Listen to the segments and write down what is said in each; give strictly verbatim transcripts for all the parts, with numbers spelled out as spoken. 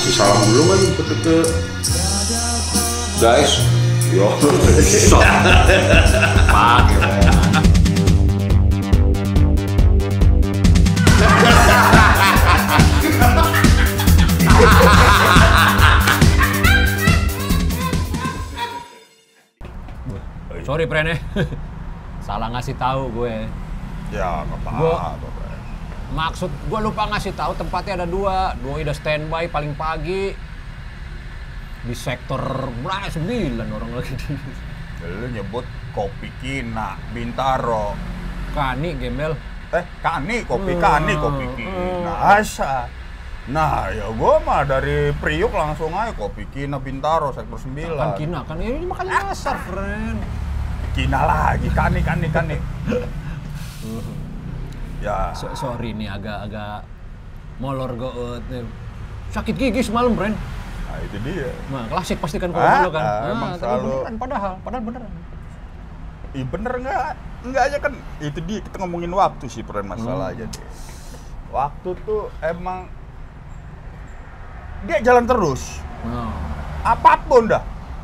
Kasih salam dulu kan ke, ke guys. Yo. Pakai sorry Pren ya, salah ngasih tahu gue. Ya nggak apa-apa. Maksud gue lupa ngasih tahu tempatnya ada dua. Dua udah standby paling pagi di sektor berapa sembilan orang lagi. Lu nyebut Kopi Kina, Bintaro, Kani gembel. eh Kani, Kopi Kani, Kopi Kina, Asa. Nah ya gue mah dari Priuk langsung aja Kopi Kina, Bintaro, sektor sembilan. Kan Kina kan ini makanya nyasar friend. Kina lagi, Kani, Kani, Kani. Ya. So, sorry nih agak-agak molor goot. Sakit gigi semalam, Bren. Nah itu dia. Nah, klasik pasti kan kalau Ah, lo kan. ah, Nah, emang tapi selalu. beneran padahal, padahal beneran. Ih bener nggak? Nggak aja kan. Itu dia kita ngomongin waktu sih peren masalah Hmm. aja deh. Waktu tuh emang dia jalan terus. Nah. Apapun dah.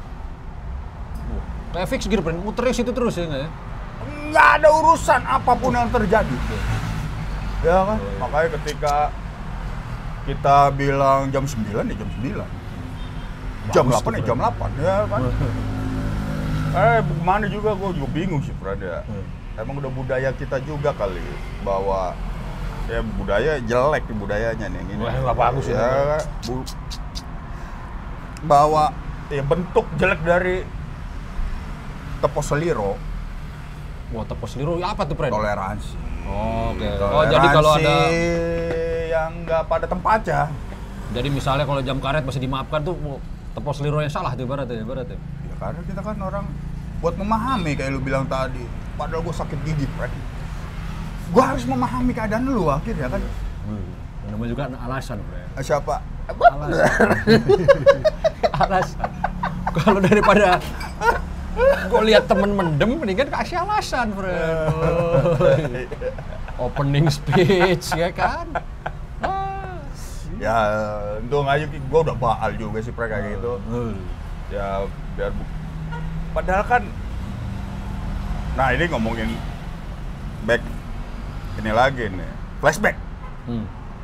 Kayak fix gitu, Bren. Muternya situ terus ya nggak ya? Nggak ada urusan apapun yang terjadi. Ya kan? Makanya ketika kita bilang jam sembilan ya jam sembilan. Jam delapan ya jam delapan ya kan. Eh gimana juga gue juga bingung sih Prada. Emang udah budaya kita juga kali bahwa ya budaya jelek nih budayanya nih ini. Wah, nggak bagus ya. ini. Bu- bahwa ya bentuk jelek dari tepos seliro Wah, tepos liru apa tuh, Bren? toleransi. Oh, oke. Toleransi Oh, jadi kalau ada yang nggak pada tempatnya. jadi misalnya kalau jam karet masih dimaafkan tuh tepos liru yang salah tuh ibaratnya, ibaratnya. Ya karena kita kan orang buat memahami kayak lu bilang tadi. Padahal gue sakit gigi, Fred. Gue harus memahami keadaan lu akhirnya kan. Hmm. Namanya juga alasan, Bren. Eh, Siapa? Alasan. Alasan. Kalau daripada gue lihat temen mendem, mendingan kasih alasan, friend. Oh, opening speech, ya kan? Ah. Ya, untung aja gue udah baal juga sih, Fred, kayak gitu. Ya, biar bu- padahal kan nah ini ngomongin back ini lagi nih, flashback. Hmm.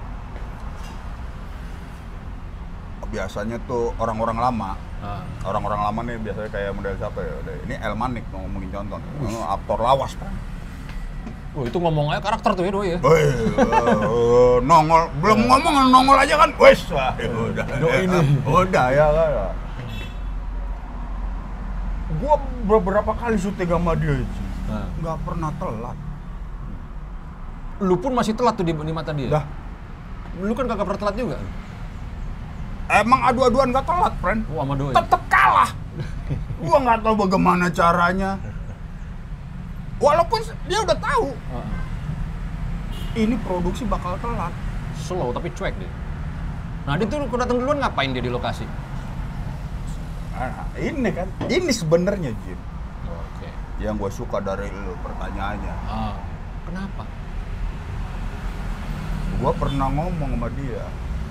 Biasanya tuh orang-orang lama Ah. orang-orang lama nih biasanya kayak model siapa ya? Ini El Manik ngomongin contoh. Ini aktor lawas, Pak. Wah, itu ngomong aja karakter tuh ya, doi ya. Woi, uh, nongol belum ngomong nongol aja kan. Wes, wah, ya udah. Doi ini. Udah ya kan. Gua beberapa kali syuting sama dia itu. Nah. Nggak pernah telat. Lu pun masih telat tuh di, di mata dia. Dah. Lu kan kagak pernah telat juga. Emang adu-aduan nggak telat, friend. Wah, sama doi. Tetep kalah. Gua nggak tahu bagaimana caranya. Walaupun dia udah tahu Ah. ini produksi bakal telat. Slow tapi cuek deh. Nah, dia tuh kalau datang duluan ngapain dia di lokasi? Nah, ini kan, ini sebenarnya Jim, Oke. yang gue suka dari lu pertanyaannya. Ah. Kenapa? Gue pernah ngomong sama dia,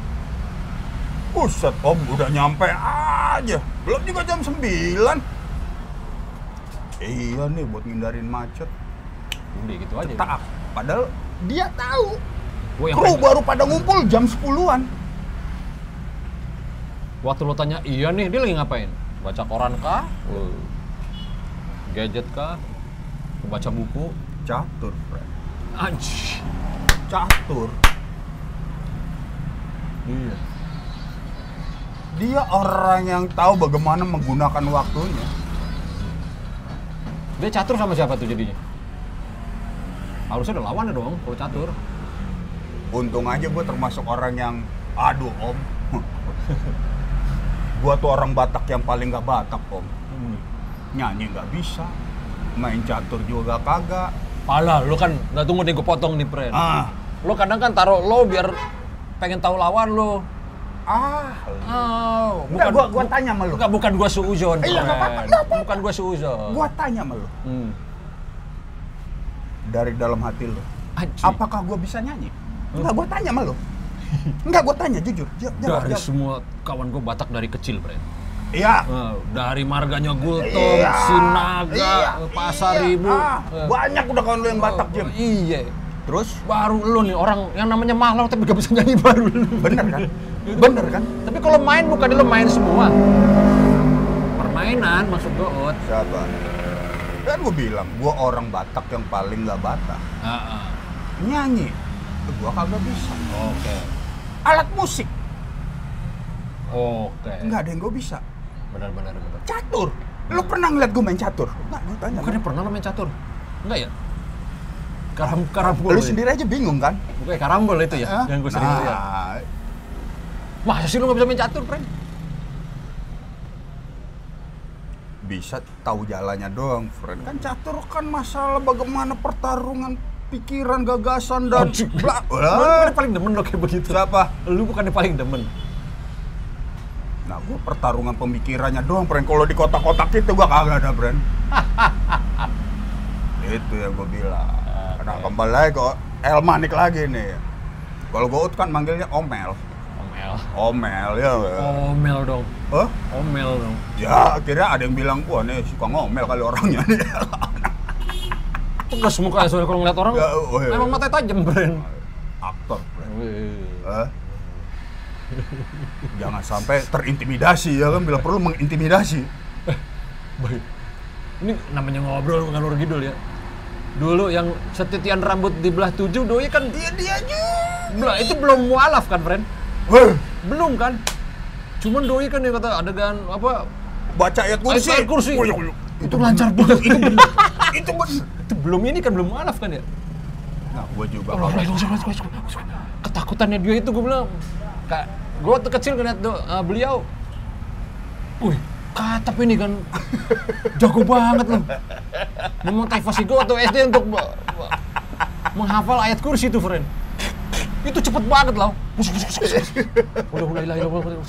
buset om, udah nyampe aja, belum juga jam sembilan. Iya nih, buat ngindarin macet. Udah gitu aja. Tak, padahal dia tahu. Gua yang Kru pengen- baru pada ngumpul jam sepuluhan. Waktu lo tanya iya nih, dia lagi ngapain? Baca koran kah? Uh. Gadget kah? Baca buku? Catur, friend. Anjir. Catur. Iya. Dia orang yang tahu bagaimana menggunakan waktunya. Dia catur sama siapa tuh jadinya? Harusnya ada lawannya dong kalau catur. Untung aja gue termasuk orang yang, aduh om, gue tuh orang Batak yang paling gak Batak om. Hmm. Nyanyi gak bisa, main catur juga kagak. Alah, lu kan, nggak tunggu nih gue potong nih, Pren. Ah, Lu kadang kan taruh lo biar pengen tahu lawan lo. ah, Oh, Enggak, gua, gua tanya sama lu. Bukan, bukan gua suuzon, Iya, nggak apa-apa, Pren. nggak apa-apa. Bukan gua suuzon. Gue tanya sama lu, Hmm. dari dalam hati lu, Anjir. apakah gue bisa nyanyi? Enggak, gue tanya sama lu. Enggak, gue tanya jujur. Ja- jawab, Dari jawab. semua kawan gue Batak dari kecil, Bre. Iya. Eh, dari marganya Gultom, Iya. Sinaga, Iya. Pasar Iya. Ibu. Ah, Eh, banyak udah kawan lu yang Batak, Jim. oh, iya. Terus Baru lu nih orang yang namanya Malau tapi gak bisa nyanyi baru lu. bener kan? Bener kan? Tapi kalau main bukan lu main semua. Permainan maksud gue, Ut. Siapa? Kan gue bilang, gue orang Batak yang paling gak Batak. Heeh. Nyanyi, gue kagak bisa. Oke. Alat musik, Oke. nggak ada yang gue bisa. Benar benar benar. Catur, lu pernah ngeliat gue main catur? Nggak, gue tanya. Bukannya pernah lo main catur? Enggak ya? Karam karambol. Lu ya? sendiri aja bingung kan? Bukannya karambol itu ya? Hah? Yang gue sering lihat. Nah, Masa sih lu nggak bisa main catur, friend? bisa tahu jalannya doang, friend. Kan catur kan masalah bagaimana pertarungan pikiran, gagasan dan Anjing. bla. Lu Wah, bukannya paling demen lo kayak begitu. siapa? Lu bukannya paling demen. Nah, gue pertarungan pemikirannya doang, friend. Kalau di kotak-kotak itu gue kagak ada, friend. Itu yang gue bilang. Nah, kembali lagi ke Elmanik lagi nih. Kalau gue kan manggilnya Omel. Omel. Omel ya. Omel dong. Hah? Omel dong. Ya, akhirnya ada yang bilang, wah nih suka ngomel kali orangnya nih. Tegas mukanya soalnya kalau ngeliat orang. Ya, oh, iya. Emang matanya tajam, friend. Aktor, friend. Wih. Hah? Jangan sampai terintimidasi ya kan, bila perlu mengintimidasi. Baik. Ini namanya ngobrol ngalur ngidul ya. Dulu yang setitian rambut di belah tujuh doi kan Dia dia aja. Belah, itu belum mualaf kan, friend? Weh, Belum kan? Cuman doi kan yang kata adegan apa? baca ayat kursi. Ayat kursi. Oh, iya, iya. Itu lancar banget. Itu bener. Itu bener. Itu belum ini kan belum mualaf kan ya? Nah, gua juga. Allah, Allah, Allah, Allah, Allah. Ketakutannya dia itu gue bilang, kak, gue waktu kecil ngeliat do, uh, beliau, wih, katap ini kan, jago banget loh. Memotivasi gue waktu S D untuk uh, uh, menghafal ayat kursi itu, friend. Itu cepet banget loh. Udah, udah, ilah, ilah, ilah.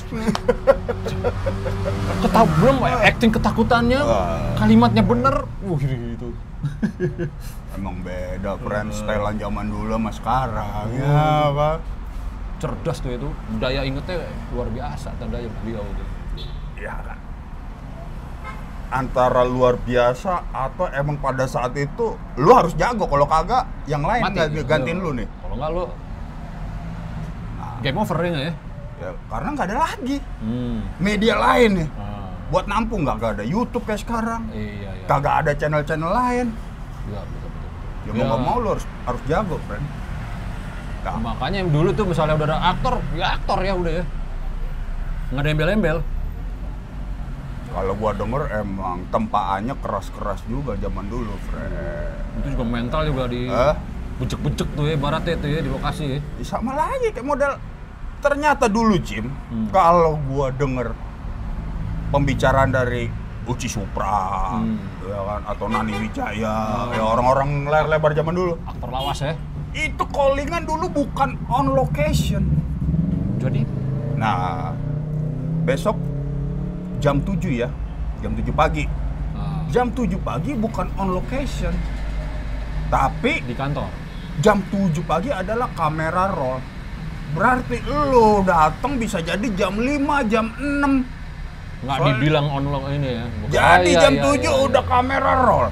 Ketap, belum acting ketakutannya, kalimatnya bener, wah gitu. Emang beda, friend. Stylean zaman dulu sama sekarang. Ya, Pak. Cerdas tuh itu, daya ingetnya luar biasa, tandanya beliau itu. Ya kan. Antara luar biasa atau emang pada saat itu lu harus jago, kalau kagak yang lain nggak gantiin lu nih. Kalau nggak lu game over ya nggak ya? Ya, karena nggak ada lagi Hmm. media lain nih Ah, buat nampung. Nggak ada YouTube kayak sekarang, iya iya. kagak ada channel-channel lain. Iya betul betul. Ya mau nggak mau lu harus harus jago, friend. Nah, Makanya yang dulu tuh misalnya udah ada aktor, ya aktor ya udah ya. Nggak ada embel-embel. kalau gua denger emang tempaannya keras-keras juga zaman dulu, friend. Itu juga mental juga di Hah? becek-becek tuh ya, baratnya tuh ya di lokasi ya. Ya, sama lagi kayak model. Ternyata dulu, Jim, Hmm. kalau gua denger pembicaraan dari Uci Supra, Hmm. ya kan, atau Nani Wijaya, ya orang-orang layar lebar zaman dulu. Aktor lawas ya. Itu callingan dulu bukan on location. Jadi Nah, besok jam tujuh ya, jam tujuh pagi. ah, Jam tujuh pagi bukan on location. Tapi di kantor. jam tujuh pagi adalah kamera roll. Berarti lu datang bisa jadi jam lima, jam enam. Nggak Soalnya- dibilang online ini ya. Bukan- Jadi Ah, iya, jam iya, tujuh iya, iya. udah kamera roll.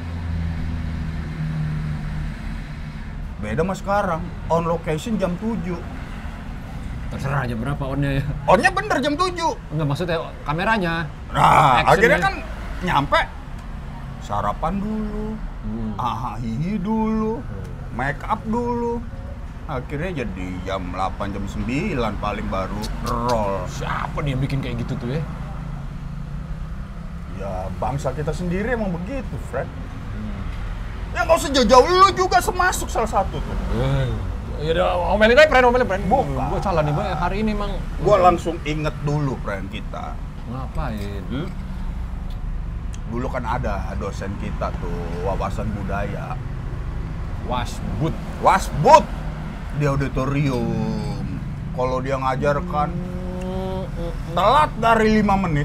Beda sama sekarang, on location jam tujuh. Terserah jam berapa onnya ya. Onnya bener jam tujuh. Enggak maksudnya kameranya. Nah, Action akhirnya ya. kan nyampe sarapan dulu, Hmm. ah hihi dulu, make up dulu. Akhirnya jadi jam delapan, jam sembilan paling baru roll. Siapa nih yang bikin kayak gitu tuh ya? Ya bangsa kita sendiri emang begitu, Fred. Ya nggak usah jauh-jauh, lu juga semasuk salah satu tuh. Ya udah omelin aja, friend, omelin, friend. Bukan. Gua salah nih, Bang. Hari ini emang Gua langsung inget dulu, friend, kita. ngapain? Hmm? Dulu kan ada dosen kita tuh, wawasan budaya. Wasbut. Wasbud di auditorium. Kalau dia ngajarkan telat dari lima menit,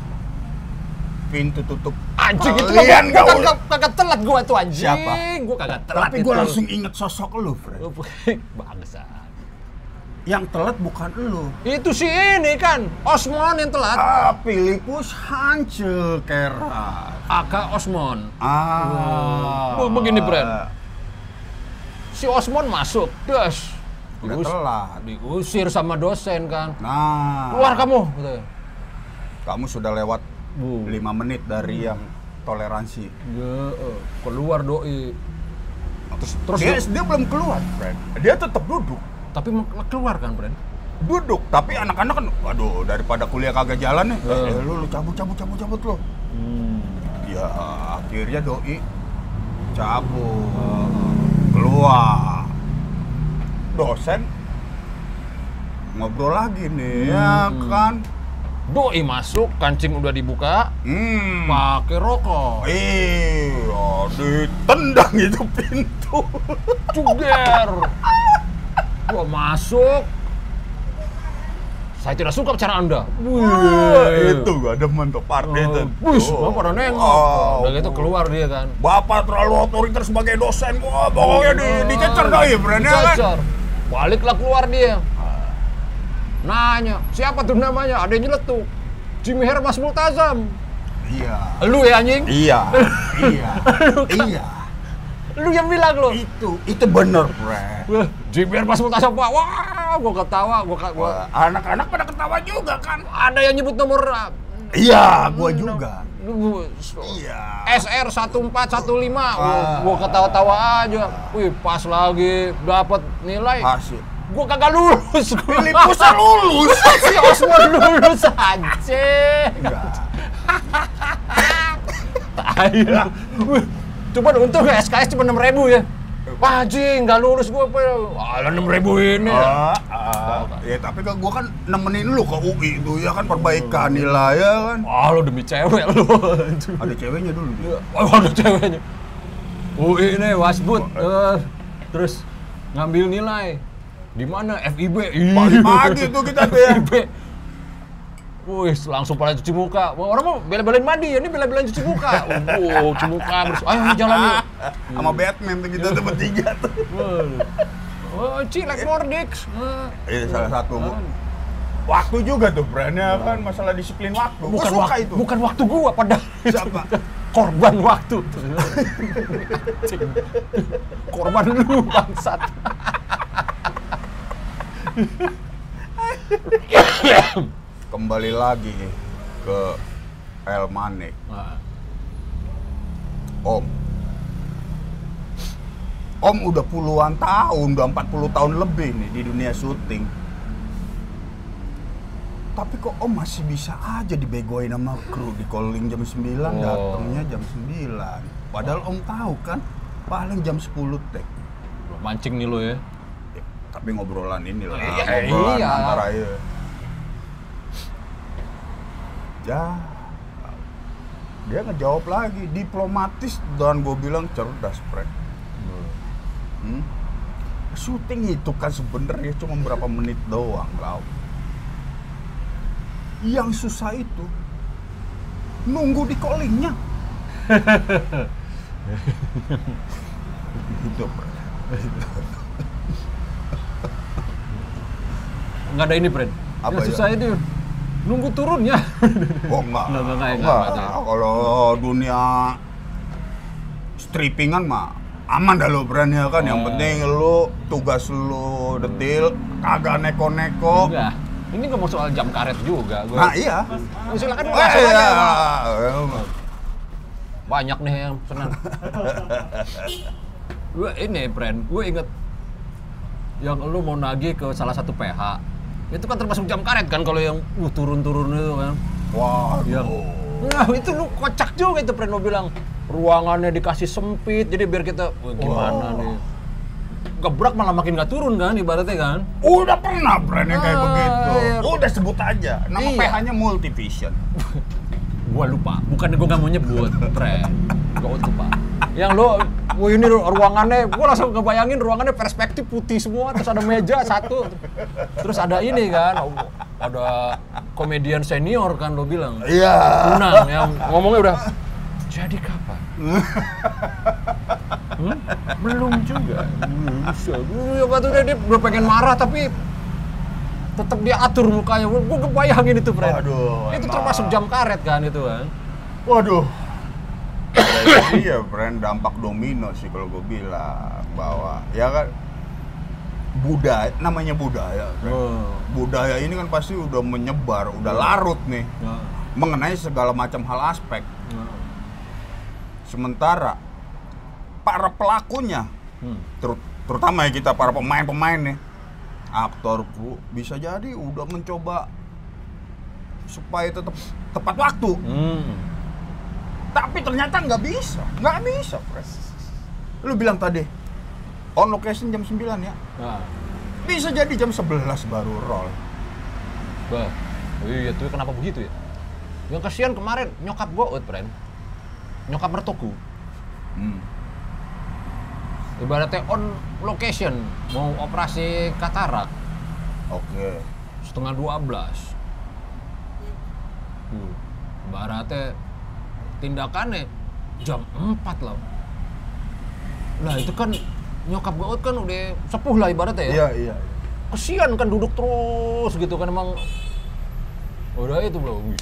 pintu tutup. Anjing itu Kalian mah gua nggak kagak kagak telat gua tuh anjing. Siapa? Gua kagak telat Tapi itu. gue langsung inget sosok lu, Fred. Bangsa. Yang telat bukan lu. Itu si ini kan, Osmon yang telat. Ah, Filipus Hancekerat. Aka Osmon. Ah. Oh, begini, Bren. Si Osmon masuk, das. Udah Dius- telat. Diusir sama dosen kan. Nah. Keluar kamu. Gitu. Kamu sudah lewat Bu. lima menit dari yang toleransi. Ya, eh, keluar doi. Terus, Terus dia, dia- dia belum keluar, friend. Dia tetap duduk. Tapi mau keluar kan, Bren? Duduk, tapi anak-anak kan, waduh, daripada kuliah kagak jalan nih, Eh. eh, lu, lu cabut, cabut, cabut, cabut lo. Hmm. Ya, akhirnya doi cabut, keluar. Dosen ngobrol lagi nih, ya Hmm. kan? Doi masuk, kancing udah dibuka, Hmm. pakai rokok. Iya, ditendang itu pintu. Cuger. Gua masuk. Saya tidak suka cara Anda. Wah, Wih. itu gak ada mentok partai itu. Bus, oh, pada nengok. Oh. Udah gitu keluar dia kan. Bapak terlalu otoriter sebagai dosen, wah pokoknya di, dicecer dah ya, berani kan? Dicecer. Baliklah keluar dia. Nanya, siapa tuh namanya? Ada yang nyeletuk. Jimmy Hermas Multazam. Iya. Lu ya anjing? Iya. Iya. Iya. Lu yang bilang lo. Itu, itu bener, Bre. Wah, Jimmy Hermas Multazam, Pak. Wah, gua ketawa, gua, gua Wah, anak-anak pada ketawa juga kan? ada yang nyebut nomor uh, Iya, gua juga. Lu- Iya. S R satu empat satu lima, Ah. gua ketawa-tawa aja. Wih, pas lagi dapat nilai. Hasil. Gua kagak lulus. Gua. Filipus lulus. Si Osmon lulus aja. Enggak. Tai. Wih, coba untung S K S cuma enam ribu ya. Wah, anjing, nggak lulus gua apa ya? Alah enam ribu ini. Ah, ah. Ya tapi kan gua kan nemenin lu ke U I itu ya kan perbaikan nilai ya kan. Ah, lu demi cewek lu. Ada ceweknya dulu dia. Oh, ada ceweknya. U I ini wasbud. Eh, terus ngambil nilai. Di mana? F I B. Ih. Pagi-pagi tuh kita tuh ya. F I B. Wih, langsung pada cuci muka. Wah, orang mau bela-belain mandi, ini bela-belain cuci muka. Oh, cuci muka bersih. Ayo jalan yuk. Sama Batman tuh kita tuh bertiga tuh. Oh, Cilek Nordics. Ini salah satu. Waktu juga tuh brandnya kan masalah disiplin waktu. Gua Bukan suka waktu, itu. bukan waktu gua padahal. Siapa? Korban waktu. Korban lu bangsat. Kembali lagi ke El Manik. Nah, Om. Om udah puluhan tahun, udah empat puluh tahun lebih nih di dunia syuting. Tapi kok Om masih bisa aja dibegoin sama kru, di calling jam sembilan, Oh. datangnya jam sembilan. Padahal Om tahu kan, paling jam sepuluh take. mancing nih lo ya. Ya, tapi ngobrolan ini lah, Iya, ngobrolan iya. antara ya. Ya, dia ngejawab lagi, diplomatis dan gue bilang cerdas, Fred. Hmm? Syuting itu kan sebenarnya cuma berapa menit doang, Lau. Yang susah itu nunggu di callingnya. Itu, Fred. Nggak ada ini, Fred. Apa Yang ya? susah itu nunggu turunnya. Oh enggak, Enggak, enggak, enggak, enggak. enggak, enggak. Kalau dunia strippingan mah aman dah lo brand ya kan. Yang Oh. penting lo tugas lo detil, kagak neko-neko. Enggak. Ini nggak mau soal jam karet juga. Gua. Nah iya. Oh, silakan Eh, masuk iya. aja. Banyak nih yang senang. Gue ini, Brand. Gue inget yang lu mau nagih ke salah satu P H. Itu kan termasuk jam karet kan kalau yang uh, turun-turun itu kan. Wah, Yang nah itu lu kocak juga itu, Brand. Lu bilang ruangannya dikasih sempit jadi biar kita wah, gimana Wow. nih. Gebrak malah makin nggak turun kan ibaratnya kan. udah pernah brandnya kayak Ah, begitu. iya. Udah sebut aja. Nama Iya. P H-nya Multivision. Gua lupa, bukannya gua nggak mau nyebut, Brand. Gua lupa. Yang lu, wah ini ruangannya, gua langsung kebayangin ruangannya perspektif putih semua, terus ada meja satu, terus ada ini kan, ada komedian senior kan lo bilang. Iya. Unang yang ngomongnya udah, jadi kapan? Hmm? Belum juga. Belum bisa. Ya, waktu dia, dia udah pengen marah tapi tetap dia atur mukanya. Gue kebayangin itu, friend. Aduh, itu emang. termasuk jam karet kan itu kan. Waduh. Iya, friend, dampak domino sih kalau gue bilang bahwa ya kan budaya, namanya budaya, friend. Oh. Budaya ini kan pasti udah menyebar, udah larut nih Ya. mengenai segala macam hal aspek. Ya. Sementara para pelakunya, Hmm. ter- terutama ya kita para pemain-pemain nih, aktor, kru, bisa jadi udah mencoba supaya tetap tepat waktu. Hmm. Tapi ternyata nggak bisa, nggak bisa, Pres. Lu bilang tadi, on location jam sembilan ya, Nah. bisa jadi jam sebelas baru roll. Bah. Oh iya tuh kenapa begitu ya? Yang kasihan kemarin nyokap gue, friend. Nyokap mertuku. Hmm. Ibaratnya on location mau operasi katarak Oke. setengah dua belas. Uh, ibaratnya tindakannya jam empat lah. Lah itu kan nyokap gue kan udah sepuh lah ibaratnya ya. Iya, iya. Kesian kan duduk terus gitu kan emang. Udah itu belum.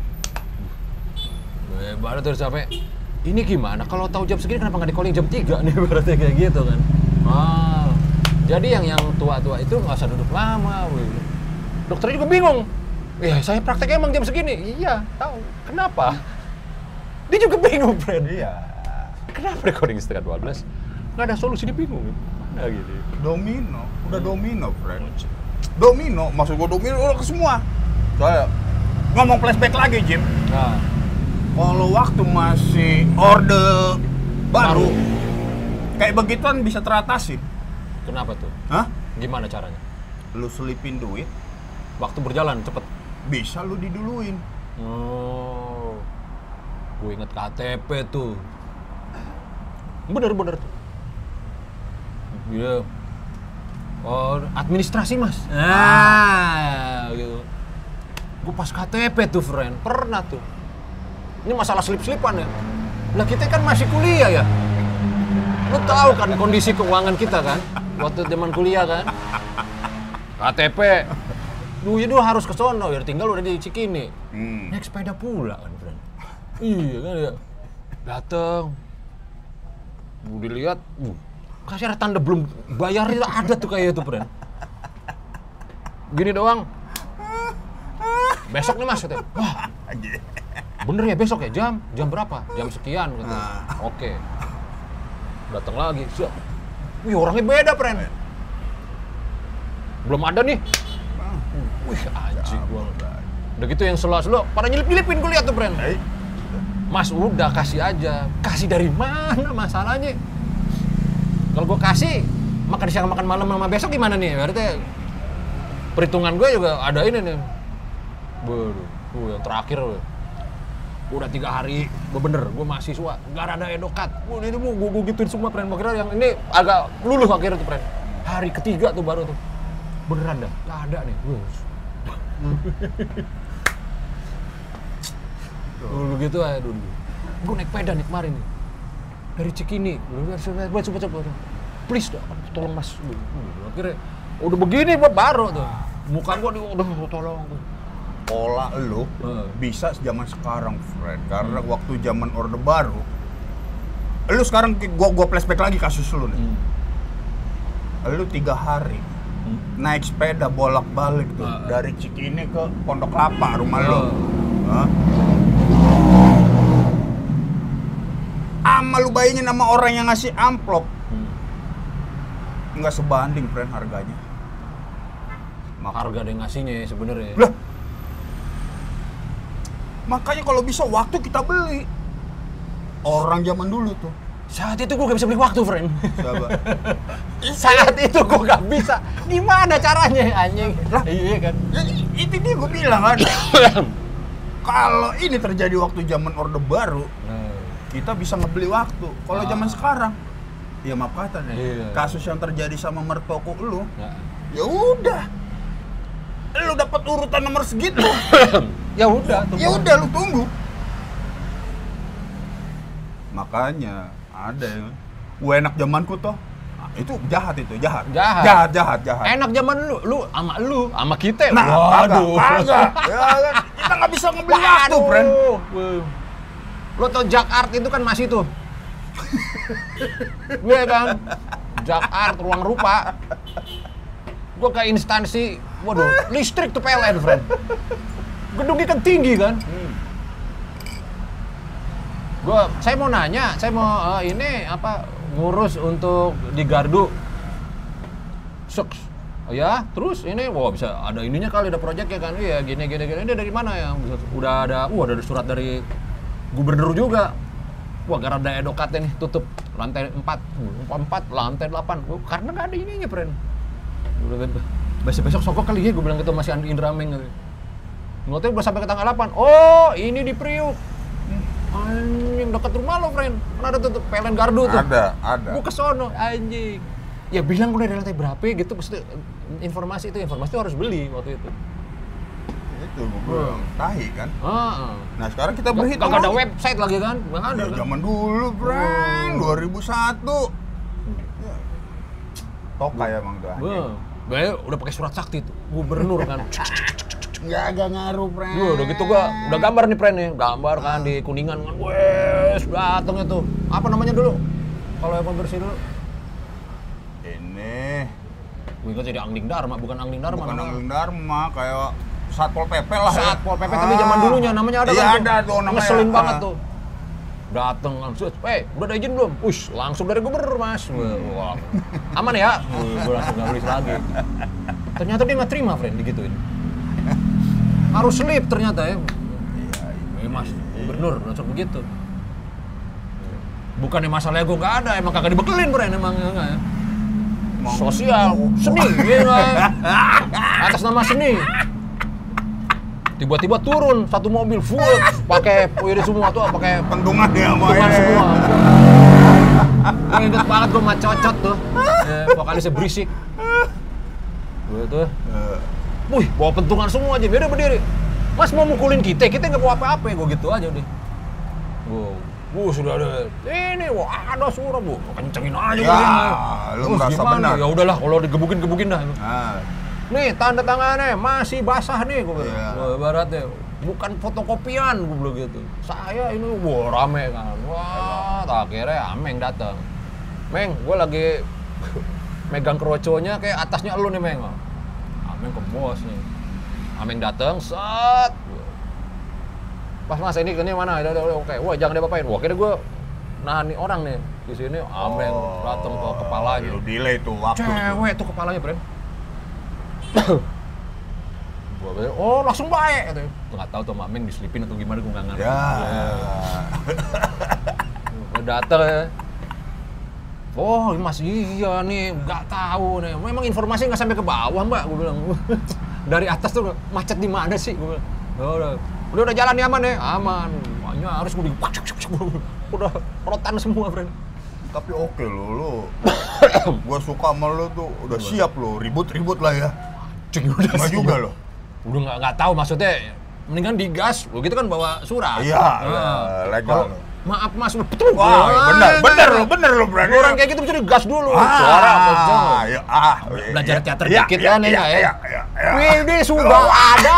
Udah ibaratnya udah sampai ini gimana kalau tahu jam segini kenapa nggak di calling jam tiga nih ibaratnya kayak gitu kan. Ah. Jadi yang yang tua-tua itu nggak usah duduk lama. Wih. Dokternya juga bingung. Ya saya prakteknya emang jam segini. Iya, tahu. Kenapa? Dia juga bingung, friend. Iya. Kenapa recording setengah dua belas? Nggak ada solusi, dia bingung. Mana gini? Domino, udah domino, friend. Domino, maksud gua domino udah ke semua. Soalnya ngomong flashback lagi, Jim. Nah, Kalau waktu masih orde baru, Baru. kayak begituan bisa teratasi. kenapa tuh? Hah? Gimana caranya? Lu selipin duit, Waktu berjalan cepet. bisa lu diduluin. Oh, gue inget K T P tuh. Bener-bener tuh. Iya. Oh, administrasi mas. Ah, gitu. Gue pas K T P tuh, friend. Pernah tuh. Ini masalah selip-selipan ya. Lah kita kan masih kuliah ya. Lu tahu kan kondisi keuangan kita kan? Waktu zaman kuliah kan. K T P. Duh, ya dulu harus ke sono, ya tinggal udah di Cikini. Hmm. Naik sepeda pula kan, friend. Iya kan ya. Dateng. Bu dilihat, bu, kasih ada tanda belum bayar itu ada tuh kayak itu, friend. Gini doang. Besok nih mas, katanya. Wah, bener ya besok ya jam? Jam berapa? Jam sekian, katanya. Oke. Datang lagi, siap. Wih orangnya beda, friend. Belum ada nih. Wih anjing gua. Udah gitu yang selo-selo, pada nyelip-nyelipin gue lihat tuh, friend. Hey. Mas udah kasih aja. Kasih dari mana masalahnya? Kalau gue kasih, makan siang makan malam sama besok gimana nih? Berarti perhitungan gue juga ada ini nih. Waduh, uh, yang terakhir udah tiga hari, gue bener, gue mahasiswa, nggak ada edokat. Wah ini mau gue, gue gituin semua, friend. Makanya yang ini agak luluh akhirnya tuh, friend. Hari ketiga tuh baru tuh, beneran dah, nggak ada nih. Dulu gitu aja dulu. Gue naik peda nih kemarin nih. Dari Cikini. Gue coba-coba. Please dah, tolong mas. Akhirnya udah begini buat baru tuh. Muka gue udah tolong. Pola lu Hmm. bisa zaman sekarang, friend. Karena waktu zaman orde baru, lu sekarang gua gua flashback lagi kasus lu nih. Hmm. Lu tiga hari Hmm. naik sepeda bolak-balik tuh Ah. dari Cikini ke Pondok Kelapa rumah lu. Ah. Hah? Ama lu bayangin sama orang yang ngasih amplop Hmm. nggak sebanding, friend, harganya. Maka- Harga dia ngasihnya sebenarnya. Lah, makanya kalau bisa waktu kita beli. Orang zaman dulu tuh. Saat itu gue gak bisa beli waktu, friend. Coba. Saat itu gue gak bisa. Gimana caranya, anjing? Lah. Iya kan? Ya, i- itu dia gue bilang kan. Kalau ini terjadi waktu zaman orde baru, kita bisa ngebeli waktu. Kalau Ah. zaman sekarang, ya maaf kata nih, Iya. kasus yang terjadi sama mertoko lu, Nah. ya udah, lu dapat urutan nomor segitu, Ya udah, ya udah lu tunggu. Makanya ada yang, gue enak zamanku toh, Itu jahat itu, jahat. Jahat. Jahat, jahat, jahat. Enak zaman lu, lu sama lu, sama kita. Nah, waduh. kagak, ya kan? Kita nggak bisa ngebeli waktu, friend. Lo tau Jakart itu kan masih tuh. Gue kan, Jakart, ruang rupa. Gue ke instansi, waduh, listrik tuh P L N, friend. Gedungnya kan tinggi kan. Hmm. Gue, saya mau nanya, saya mau uh, ini apa ngurus untuk di gardu. Seks. Oh ya, terus ini, wah bisa ada ininya kali, ada proyek ya kan? Iya, gini, gini, gini. Ini dari mana ya? Udah ada, wah ada surat dari gubernur juga. Wah, gara ada edokatnya nih, tutup lantai empat, empat, lantai delapan. Karena nggak ada ininya, friend. Besok-besok sokok kali ya, gue bilang gitu masih Andi Indra Meng. Ngotnya udah sampai ke tanggal delapan. Oh, ini di Priuk. Anjing, dekat rumah lo, friend. Kan ada tuh P L N Gardu tuh. Ada, ada. Gue kesono, anjing. Ya bilang udah di lantai berapa gitu, pasti informasi itu, informasi itu harus beli waktu itu. Itu gue bilang, tahi kan? Ah. Nah sekarang kita berhitung. Gak ada website lagi kan? Gak ada ya, kan? zaman dulu, friend. dua ribu satu. Ya. Tokai emang tuh anjing. Gue udah pakai surat sakti tuh, gubernur kan. Nggak agak ngaruh, friend. Duh, udah gitu gua udah gambar nih, friend nih. Gambar kan di Kuningan kan. Wes, datengnya tuh. Apa namanya dulu? Kalau yang bersih dulu. Ini. Gue ingat jadi Angling Dharma, bukan Angling Dharma. Bukan namanya. Angling Dharma, kayak Satpol P P lah. Satpol P P, ya. tapi zaman dulunya namanya ada iya, kan. ada tuh namanya. Ngeselin ah. banget tuh. Dateng langsung, eh udah ada izin belum? Ush, langsung dari gubernur, Mas. Wah, aman ya? Gue langsung nggak nulis lagi. Ternyata dia nggak terima, friend, digituin. Harus slip ternyata ya. Iya, iya. Mas, gubernur langsung begitu. Bukannya masalahnya gue nggak ada, emang kagak dibekelin, friend, emang enggak ya. Sosial, seni, ya atas nama seni. Tiba-tiba turun satu mobil full, pakai ini semua tuh, pakai pentungan ya, pentungan semua. Gue inget banget gue sama Cocot tuh, ya, vokalisnya berisik. Gue tuh, wih bawa pentungan semua aja, biar berdiri. Mas mau mukulin kita, kita nggak bawa apa-apa, gue gitu aja udah. Gue, gue sudah ada, ini wah ada suara bu, kencengin aja. Ya, lu merasa benar. Ya udahlah, kalau digebukin-gebukin dah. Nah. Nih tanda tangannya masih basah nih, gue bilang. Yeah. Ibaratnya bukan fotokopian, gue bilang gitu. Saya ini wah rame kan. Wah, tak akhirnya Ameng datang. Meng, gue lagi megang kroconya kayak atasnya elu nih, Meng. Ameng ke bos nih. Ameng datang, set. Pas mas ini ini mana? Udah, udah, oke. Wah, jangan diapa-apain. Wah, kira gue nahan nih orang nih di sini. Ameng oh, datang ke kepalanya. Lu delay tuh waktu. Cewek tuh kepalanya, Bren. Gua bilang, oh langsung baik katanya. Nggak tahu tuh Mameng diselipin atau gimana, gue nggak ngerti. Ya. Gue datang ya. Oh mas iya nih, nggak tahu nih. Memang informasi nggak sampai ke bawah mbak, gue bilang. Dari atas tuh macet di mana sih? Gue bilang. Udah, udah, udah jalan nih aman ya, aman. Makanya harus gue di, udah rotan semua, friend. Tapi oke lo, lo. Gua suka sama lo tuh, udah siap lo, ribut-ribut lah ya. Cing udah Nggak juga lo. Udah nggak nggak tahu maksudnya, mendingan digas, begitu kan bawa surat. Iya, nah, legal. Kalo, maaf mas, udah betul. Wah, ya, bener, bener lo, bener lo berani. Orang kayak gitu bisa digas dulu. Ah, suara apa ya, ah, belajar ya, teater ya, dikit ya, kan ya, ya, ya, ya. ya, ya, ya. Ini sudah ada,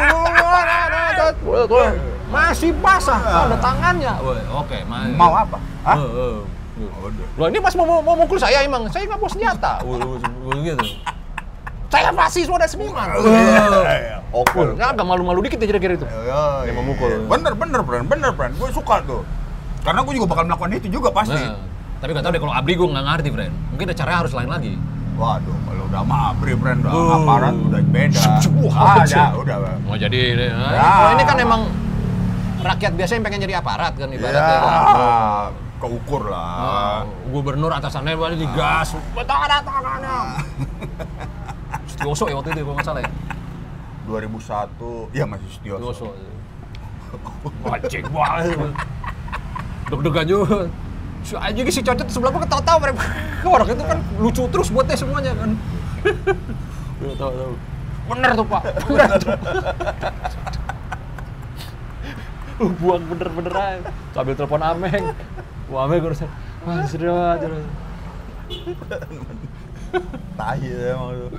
bulu masih basah, ada tangannya. Oke, mau apa? Hah? Loh ini mas mau mau mukul saya emang, saya nggak bawa senjata. Gitu. Saya mahasiswa dan seniman. Oke. Nggak agak malu-malu dikit ya kira-kira itu. Dia mau mukul. Bener, bener, friend, bener, friend. Gue suka tuh. Karena gue juga bakal melakukan itu juga pasti. Nah, tapi nggak tahu deh kalau Abri gue nggak ngerti, friend. Mungkin ada caranya harus lain lagi. Waduh, kalau udah sama Abri, friend, udah uh. aparat udah beda. Wah, ada, udah. Mau jadi, nah, ya. Kalau ini kan emang rakyat biasa yang pengen jadi aparat kan ibaratnya. Ya. Kan? Keukur lah. Nah, gubernur atasannya baru digas, tangan tangannya. Setioso ya waktu itu kalau nggak salah ya. dua ribu satu, ya masih Setioso. Wajib banget. Deg-degan juga. Si aja si Cocot sebelah gua ketawa-tawa mereka. Orang itu kan lucu terus buatnya semuanya kan. Udah tahu-tahu. Bener tuh Pak. Bener tuh. Lu buang bener-bener aja. Sambil telepon Ameng. Wah, Ameng gue harus, wah serius aja. Tai emang lu.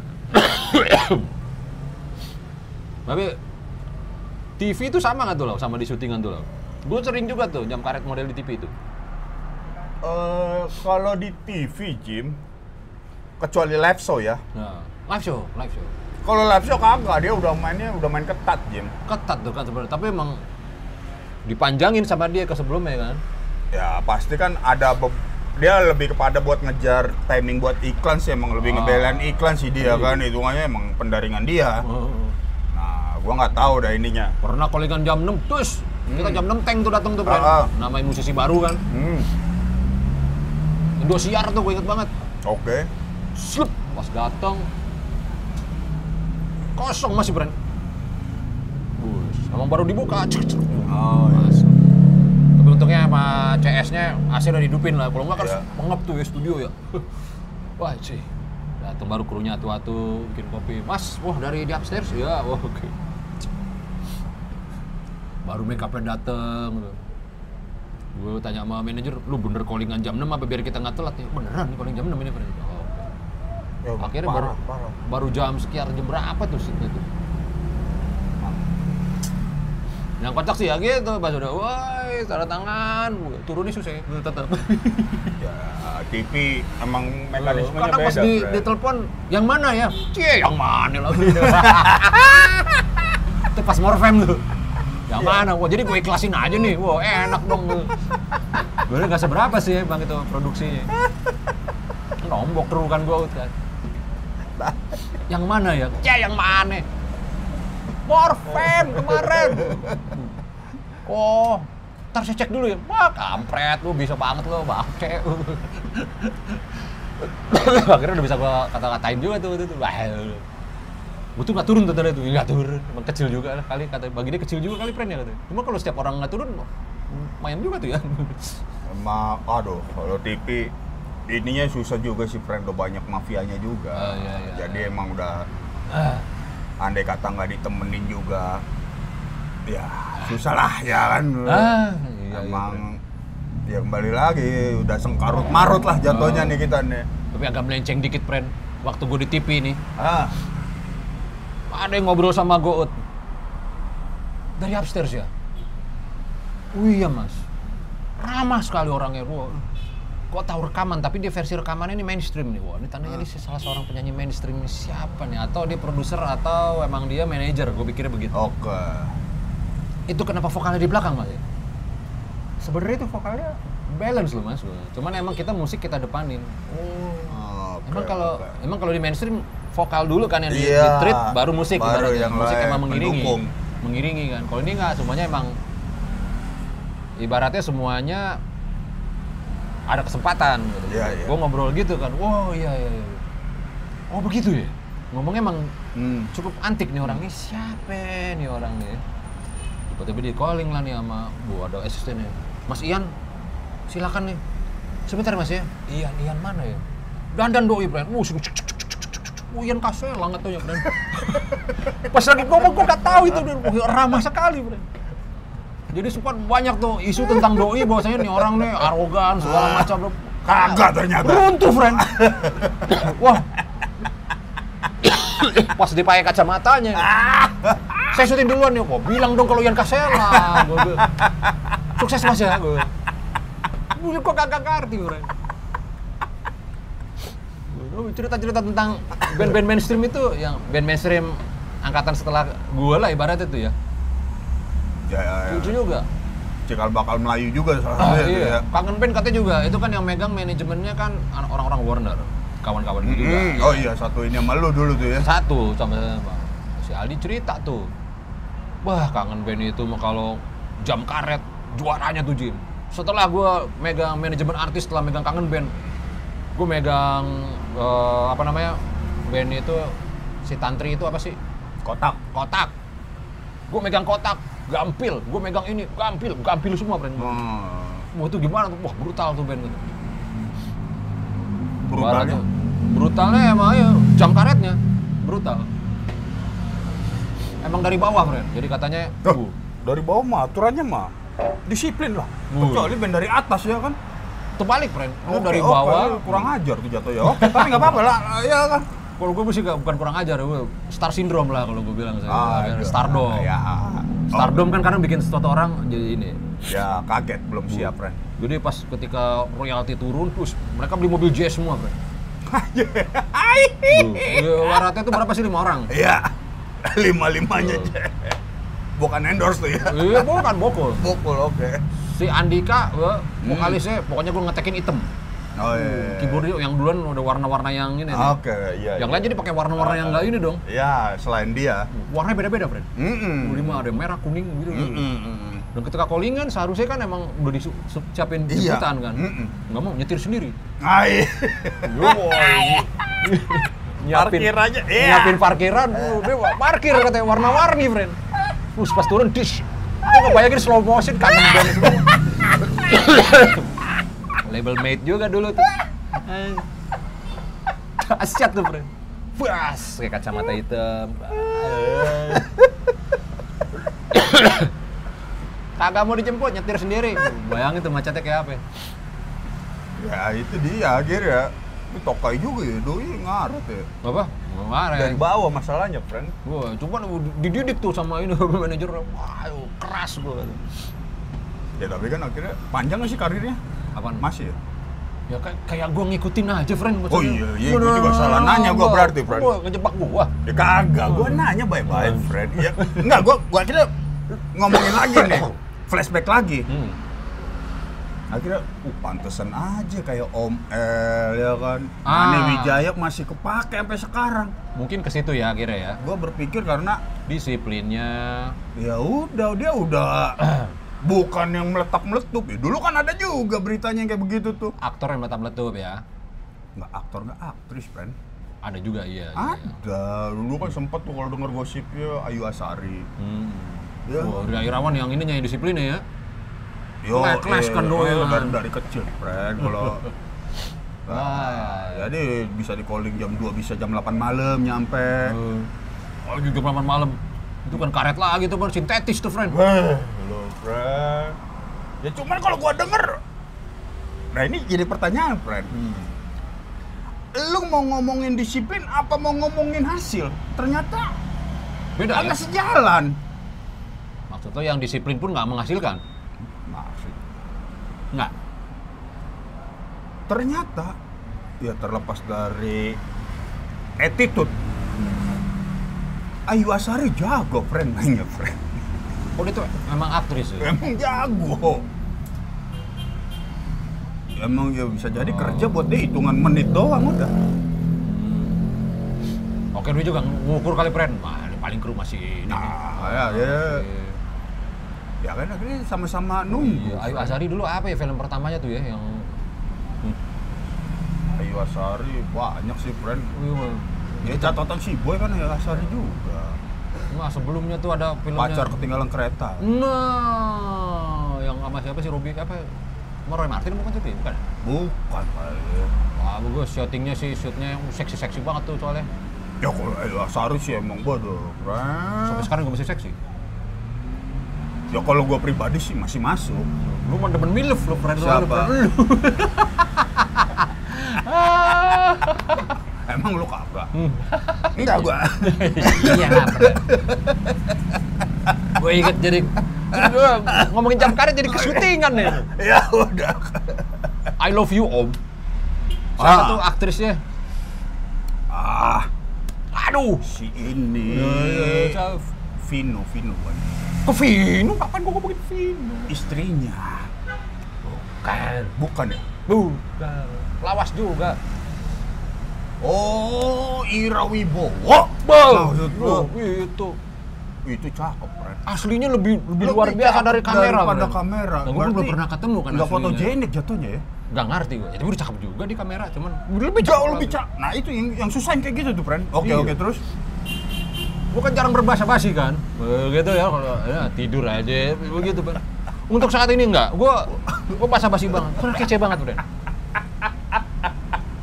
Tapi T V itu sama nggak tuh lo, sama di syutingan tuh lo? Gue sering juga tuh jam karet model di T V itu. Uh, kalau di T V, Jim, kecuali live show ya. Nah, live show, live show. Kalau live show kagak, dia udah mainnya udah main ketat, Jim. Ketat tuh kan sebenarnya, tapi emang dipanjangin sama dia ke sebelumnya kan. Ya pasti kan ada be- dia lebih kepada buat ngejar timing buat iklan sih, emang lebih Ah. ngebelain iklan sih dia Iya. kan, hitungannya emang pendaringan dia. Oh. Nah, gua nggak tahu dah ininya. Pernah callingan jam enam, terus kita jam enam tank tuh datang tuh, Bren. Ah, ah. Namanya musisi baru kan. Hmm, Indosiar tuh gue inget banget. oke. Slup, pas datang kosong masih, Bren. Bus, emang baru dibuka. Cek, cek. Oh, iya. Masuk. Tapi untungnya sama C S-nya A C udah dihidupin lah. Kalau nggak kan Iya. pengep tuh ya studio ya. Wah, sih. Datang baru krunya atu-atu bikin kopi. Mas, wah dari di upstairs ya. Wah, oke. Baru make up-nya dateng. Gue tanya sama manajer, lu bener callingan jam enam apa biar kita nggak telat ya? Beneran nih calling jam enam ini, Bren. Oh, oke. Ya, Akhirnya parah, baru parah. baru jam sekian jam berapa tuh sih itu. Yang kocak sih ya gitu, pas udah, woi, tanda tangan, turun nih susah, tetap. Ya, T V emang mekanismenya Karena beda. pas di, Bre. di telepon, yang mana ya? Cie, yang mana lagi? Itu pas morfem tuh. Yang mana? Wah, jadi gue ikhlasin aja nih. Wah, enak dong. Gue nggak seberapa sih bang itu produksinya. Nombok kru kan gue kan. Yang mana ya? Cie, yang mana? Morfem kemarin. Oh, ntar saya cek dulu ya. Wah, kampret lu, bisa banget lu, bangke. Akhirnya udah bisa gua kata-katain juga tuh itu tuh. Wah, gua tuh nggak turun tuh tadi tuh, nggak turun. Emang kecil juga lah kali, kata bagi dia kecil juga kali friend ya katanya. Cuma kalau setiap orang nggak turun, main juga tuh ya. Emang, aduh, kalau T V ininya susah juga sih, friend. Udah banyak mafianya juga. Oh, iya, iya. Jadi emang udah, Ah, andai kata nggak ditemenin juga, ya susah lah ya kan. ah, iya, Emang ya kembali lagi udah sengkarut marut lah jatuhnya Oh. nih kita nih. Tapi agak melenceng dikit, friend. Waktu gue di T V nih, Ah, ada yang ngobrol sama Goot dari upstairs ya. Wih ya mas, ramah sekali orangnya. Wah, kok tahu rekaman, tapi dia versi rekamannya ini mainstream nih. Wah, ini tandanya dia salah seorang penyanyi mainstream ini siapa nih? Atau dia produser atau emang dia manajer? Gue pikirnya begitu. oke. Itu kenapa vokalnya di belakang mas? Sebenarnya itu vokalnya balance loh mas. Cuman emang kita musik kita depanin. Oh, Emang kalau emang kalau di mainstream vokal dulu kan yang di, Iya, di treat, baru musik baru ibaratnya. yang Musik lain, emang mengiringi. mendukung. Mengiringi kan. Kalau ini nggak, semuanya emang ibaratnya semuanya ada kesempatan gitu. Iya, iya. Gue ngobrol gitu kan. Wow, iya iya iya. Oh, begitu ya. Ngomongnya emang Hmm. cukup antik nih orang. Ini siapa nih orang nih? Tiba-tiba di calling lah nih sama bu ada asistennya. Mas Ian, silakan nih. Sebentar mas ya. Ian, Ian mana ya? Dandan doi, Bren. Wuh, cek cek cek cek cek cek cek. Oh, Ian Kasela nggak tahu ya, Bren. Pas lagi ngomong gue nggak tahu itu, Bren. Wah, ramah sekali, Bren. Jadi sempat banyak tuh isu tentang doi, bahwasanya nih orang nih arogan segala macam. Kagak ternyata. Runtuh, Bren. Wah. Pas dipakai kacamatanya. Saya syuting duluan nih, kok bilang dong kalau Ian Kasela. Gua bilang, sukses mas ya, gue. Gue kok kagak ngerti, Bren. Oh, cerita-cerita tentang band-band mainstream itu, yang band mainstream angkatan setelah gue lah ibaratnya tuh ya. Ya, ya, ya. Lucu juga. Cikal bakal Melayu juga salah Ah, satunya tuh iya. ya. Kangen Band katanya juga, itu kan yang megang manajemennya kan orang-orang Warner. Kawan-kawan gitu juga. Hmm, oh iya, satu ini sama lu dulu tuh ya. Satu sama si Aldi cerita tuh. Wah, Kangen Band itu mah kalau jam karet juaranya tuh Jim. Setelah gue megang manajemen artis, setelah megang Kangen Band, gue megang uh, apa namanya band itu si Tantri itu apa sih? Kotak. Kotak. Gue megang Kotak, Gampil. Gue megang ini, Gampil, Gampil semua brand. Hmm. Wah itu gimana tuh? Wah brutal tuh band gitu. Brutalnya? Tuh. Brutalnya emang ya jam karetnya brutal. Emang dari bawah brand. Jadi katanya. Tuh, dari bawah mah aturannya mah disiplin lah. Uh. Kecuali band dari atas ya kan. terbalik, friend. Lu Oke, dari oke, bawah. kurang ajar tuh jatuh ya. Oke, tapi nggak apa-apa lah, ya kan. Kalau gue sih bukan kurang ajar, gue star syndrome lah kalau gue bilang saya. Aduh, Stardom. Ya. Stardom kan kadang bikin sesuatu orang jadi ini. Ya kaget, belum siap, Ren. Jadi pas ketika royalti turun, terus mereka beli mobil jazz semua, friend. Waratnya itu berapa sih, lima orang? Iya, lima-limanya aja. Bukan endorse tuh ya. Iya, bukan bokol. Bokul, oke. Si Andika, gua, vokalisnya, pokoknya gue ngetekin item. Oh iya. Keyboard dia yang duluan udah warna-warna yang ini nih. Oke, iya. Yang iya. lain jadi pakai warna-warna yang nggak ini dong. Iya, selain dia. Warnanya beda-beda, friend. Mm-mm. Lima ada merah, kuning gitu. Mm-mm. Dan ketika callingan seharusnya kan emang udah disiapin Iya. jemputan kan. Mm-mm. Nggak mau nyetir sendiri. Ai. Nyiapin, Parkir aja. Iya. nyiapin parkiran, uh, dia parkir katanya warna-warni, friend. Terus pas turun dish. Gue ngebayangin slow motion kangen band semua. Label mate juga dulu tuh. Asyat tuh, friend. Bas, kayak kacamata hitam. Kagak mau dijemput, nyetir sendiri. Bayangin tuh macetnya kayak apa ya? Ya itu dia akhirnya. Ini tokai juga ya, doi ngaret ya. Apa? Kemarin. Dari bawah masalahnya, friend. Wah, cuman dididik tuh sama ini manajer. Wah, ayo, keras gua. Ya tapi kan akhirnya panjang nggak sih karirnya? Apaan? Masih ya? Ya kayak kayak gua ngikutin aja, friend. Oh iya, iya, gua juga salah nanya gua berarti, friend. Gua ngejebak gua. Ya kagak, gua nanya baik-baik, friend. Ya, enggak, gua gua akhirnya ngomongin lagi nih. Flashback lagi. Hmm. Akhirnya, uh, pantesan aja kayak Om El, ya kan. Ah. Ane Wijaya masih kepake sampai sekarang. Mungkin ke situ ya akhirnya ya. Gua berpikir karena Disiplinnya. ya udah, dia udah bukan yang meletak-meletup. Ya, dulu kan ada juga beritanya yang kayak begitu tuh. Aktor yang meletup ya. Nggak aktor, nggak aktris, friend. Ada juga iya. iya. Ada. Dulu kan sempet tuh kalau denger gosipnya Ayu Asari. Hmm. Ya. Wah, Ria Irawan yang ininya yang disiplinnya ya. Yo, Kelas kan doi, eh, kan. dari, dari kecil, friend. Kalau Ah, nah, jadi bisa di calling jam dua, bisa jam delapan malam nyampe. Oh, jam delapan malam. Itu kan karet lagi tuh, kan sintetis tuh, friend. Wah, lo, friend. Ya cuman kalau gua denger, nah ini jadi pertanyaan, friend. Hmm. Lu mau ngomongin disiplin apa mau ngomongin hasil? Ternyata Beda ya? agak sejalan. Maksudnya yang disiplin pun nggak menghasilkan? Maksud, Nggak. ternyata ya terlepas dari attitude, Ayu Asari jago, friend, mainnya, friend. Oh, dia tuh memang aktris ya? Emang jago. Emang ya bisa jadi Oh. kerja buat dia hitungan menit doang udah. Oke, dia juga ngukur kali, friend. Wah, ini paling kru masih ini. Nah, ya, ya. Oke. Ya kan akhirnya sama-sama nunggu. Iya, Ayu Azhari dulu apa ya film pertamanya tuh ya yang Ayu Asari banyak sih, friend. Wih, Ya catatan si Boy kan Ayu Asari juga. Wah, sebelumnya tuh ada filmnya. Pacar ketinggalan kereta. Nah, yang sama siapa sih, Robi apa? Sama Roy Martin bukan itu? Bukan. Bukan kali. Wah, bagus syutingnya sih, shootnya yang seksi-seksi banget tuh soalnya. Ya kalau Ayu Asari sih emang bodoh, Sampai friend. sekarang juga masih seksi. Ya kalau gua pribadi sih masih masuk. Lu mah demen milf lu, friend. Siapa? Lu. Emang lu kagak? Hmm. Enggak gua. Iya lah, friend. Gue inget jadi gua ngomongin jam karet jadi kesyutingan nih. Ya udah. I love you, Om. Siapa Ah. tuh aktrisnya? Ah, Aduh. si ini. Siapa? Vino, Vino kan. Ke Vino? Kapan gua ngomongin Vino? Istrinya. Kan. Bukan ya? Bukan. Lawas juga. Oh, Ira Wibowo. Bang, Maksud lu? itu Itu cakep, friend. aslinya lebih lebih luar biasa cakep dari kamera. daripada Bro. kamera. Nah, gue Berarti belum pernah ketemu kan nggak aslinya. fotogenik jatuhnya ya? Nggak ngerti gue. Ya, tapi udah cakep juga di kamera, cuman lebih Jauh cakep lebih lagi. cakep. Nah itu yang, yang susah yang kayak gitu tuh, friend. Oke, Iya. oke, terus? Gue kan jarang berbahasa basi kan, begitu ya kalau ya, tidur aja begitu. Bang. Untuk saat ini enggak, gue gue basa basi banget, gue kece banget udah.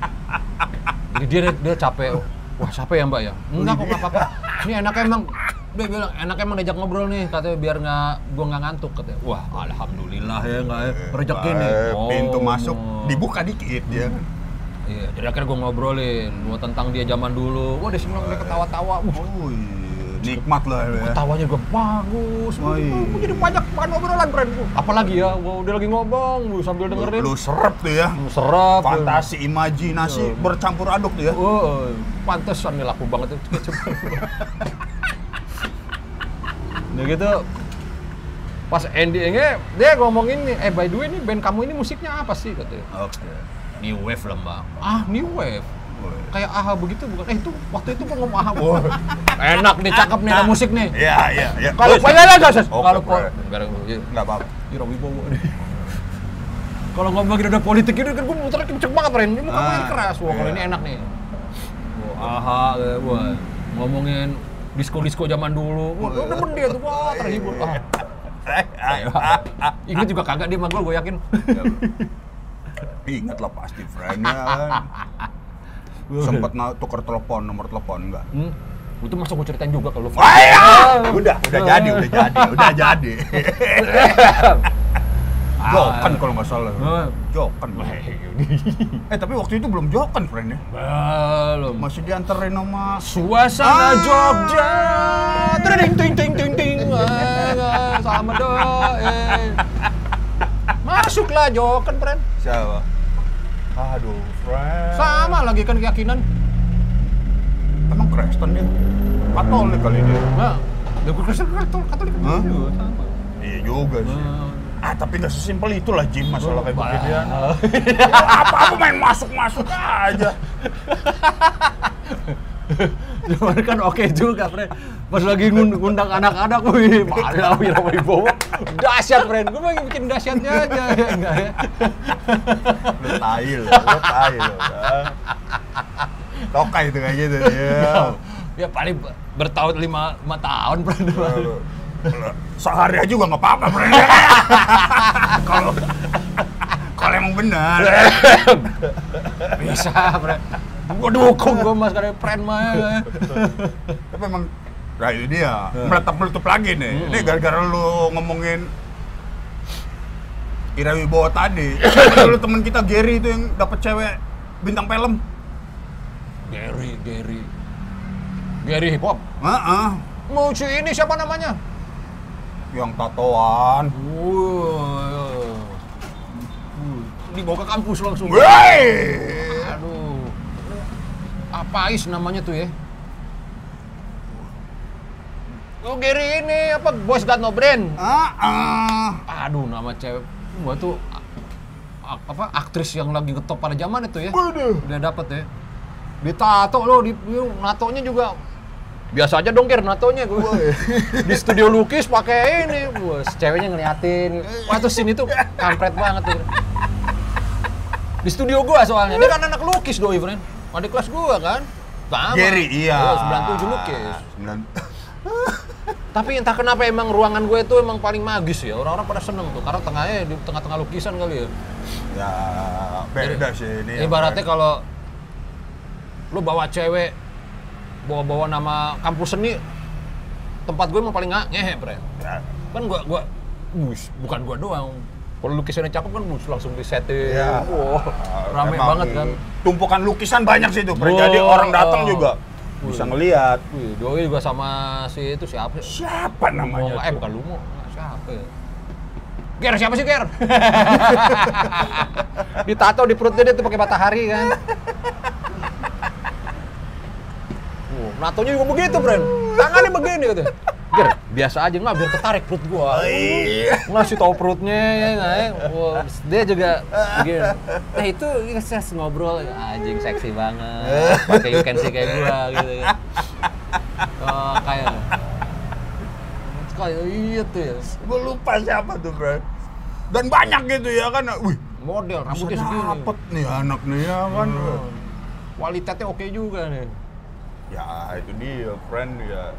Jadi dia dia capek, wah capek ya mbak ya? Enggak kok nggak apa-apa. Ini enaknya emang Dia bilang enak emang diajak ngobrol nih, katanya biar nggak gua nggak ngantuk katanya. Wah, alhamdulillah ya nggak ya, rezeki nih. Eh, pintu Oh, masuk mau. dibuka dikit dia. Iya, jadi akhirnya gua ngobrolin gua tentang dia zaman dulu. Wah, dia seneng dia ketawa-tawa. Wah, Oh iya, nikmat lah ya. ketawanya juga bagus. Oh, iya. Gua jadi banyak bahan obrolan, friend. Apalagi ya, gua udah lagi ngomong, gua sambil dengerin. Lu serap tuh ya. Serap. Fantasi, imajinasi Iya. bercampur aduk tuh ya. Oh, pantesan nih laku banget itu. Nah gitu, pas endingnya dia ngomongin nih, eh by the way nih band kamu ini musiknya apa sih katanya? Oke. New Wave lah mbak. Ah New Wave? Kayak A H A begitu bukan? Eh itu waktu itu gua ngomong A H A bukan? Enak nih, cakep nih, ada musik nih. Iya, iya, iya. Kalau Terus? pengen aja, Sos. Oke, Kalau Bre. enggak Nggak apa-apa. Ira Wibowo nih. Kalau ngomongin udah politik ini kan gue muternya kenceng banget, Ren. Ini muka Ah, keras. Wah, kalau iya. ini enak nih. Wah, aha, wah. Ngomongin disko-disko zaman dulu. Wah, udah demen dia tuh. Wah, terhibur. Ah. Ingat juga kagak dia sama gue, gue yakin. Ingat lah pasti friend-nya kan. Sempet na- tuker telepon, nomor telepon enggak? Hmm. Itu masuk gue ceritain juga kalau lu. Wah, iya. Udah, udah jadi, udah jadi, udah jadi. Jokan kalau nggak salah. Ah. Jokan. Eh tapi waktu itu belum jokan friend ya. Belum. Masih dianterin sama Suasana Ah. Jogja. Ting ting ting ting ting. Eh, Sama doe. Masuklah Jokan, friend. siapa? Aduh, friend. Sama lagi kan keyakinan. Emang Kristen dia? Katolik kali dia. Nah, ya gue Kristen Katolik Katolik Hah? juga sama. Iya juga sih. Nah. Ah tapi nggak sesimpel itulah Jim masalah kayak Bah. beginian. Apa-apa main masuk-masuk aja. Cuman kan oke juga, friend. Pas lagi ngund- ngundang anak-anak, wih, malah Wira Wibowo. Dahsyat, friend. Gue mau bikin dahsyatnya aja, ya enggak ya? Lu tai lu, lu tai lu. Tokai itu kayak gitu ya. Ya paling bertahun lima, lima tahun, friend. Sehari aja juga nggak apa-apa, friend. Kalau kalau emang benar. Bisa, friend. Gue dukung gue mas karena friend mah ya. Tapi emang nah ini dia meletup-meletup lagi nih. Hmm. Ini gara-gara lu ngomongin Ira Wibowo tadi. Lu temen kita Gary itu yang dapet cewek bintang film. Gary, Gary. Gary hip hop. Heeh. Mau si ini siapa namanya? Yang tatoan. Wuh. Dibawa ke kampus langsung. Wey! Aduh. Apais namanya tuh ya? Oh Gary ini apa Boys Got No Brain. Heeh. Aduh nama cewek gua tuh a- a- apa aktris yang lagi ngetop pada zaman itu ya. Waduh. Udah dapet ya. Ditato loh di di- natonya juga biasa aja dong Ger natonya gua. Di studio lukis pakai ini. Wah, si ceweknya ngeliatin. Wah tuh scene itu kampret banget tuh. Di studio gua soalnya. Dia kan anak lukis doi, friend. Adik kelas gua kan. Sama. Gary, iya. Oh, sembilan puluh tujuh lukis. sembilan Tapi entah kenapa emang ruangan gue itu emang paling magis ya. Orang-orang pada seneng tuh karena tengahnya di tengah-tengah lukisan kali ya. Ya, beda sih ini. Ibaratnya kalau lu bawa cewek bawa-bawa nama kampus seni, tempat gue emang paling nggak ngehe, bre. Ya, Kan gua gua bus, bukan gua doang. Kalau lukisannya cakep kan bus langsung disetting. ya. Wah, rame Emang banget kan. Tumpukan lukisan banyak sih itu. Wow. Jadi orang datang juga Wih. bisa ngelihat. Wih, doi juga sama si itu siapa? sih? Siapa namanya? Lumo, eh bukan Lumo, siapa ya? Ger, siapa sih Ger? Ditato di perutnya dia tuh pakai matahari kan. Oh, natonya juga begitu, Bren. Tangannya begini gitu. Ger, biasa aja nggak biar ketarik perut gua. Iya. Ngasih tahu perutnya ya nggak ya. Wah, dia juga begini. Nah itu saya ngobrol anjing seksi banget. Pakai you can see kayak gua gitu ya. Oh, kayak kayak iya tuh ya. Gue lupa siapa tuh, bro. Dan banyak gitu ya kan. Wih, Model bisa rambutnya segini. dapet nih anak nih ya kan. Hmm. Kualitasnya oke juga nih. Ya itu dia, friend ya.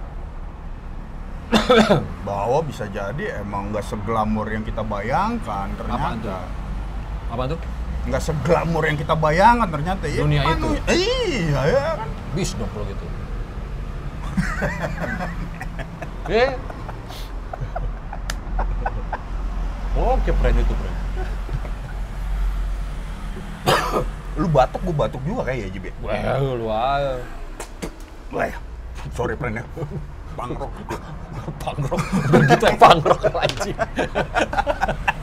Bahwa bisa jadi emang nggak seglamor yang kita bayangkan Apaan tuh? ternyata. Apa tuh? Nggak seglamor yang kita bayangkan ternyata. Ya, Dunia manu- itu. Iya ya kan. Bis dong kalau gitu. Eh. Oke, friend itu, friend. Lu batuk, gua batuk juga kayak ya, Jib ya? Wah, lu aja. Lah ya, sorry friend ya. Pangrok. Pangrok. Begitu ya pangrok anjing.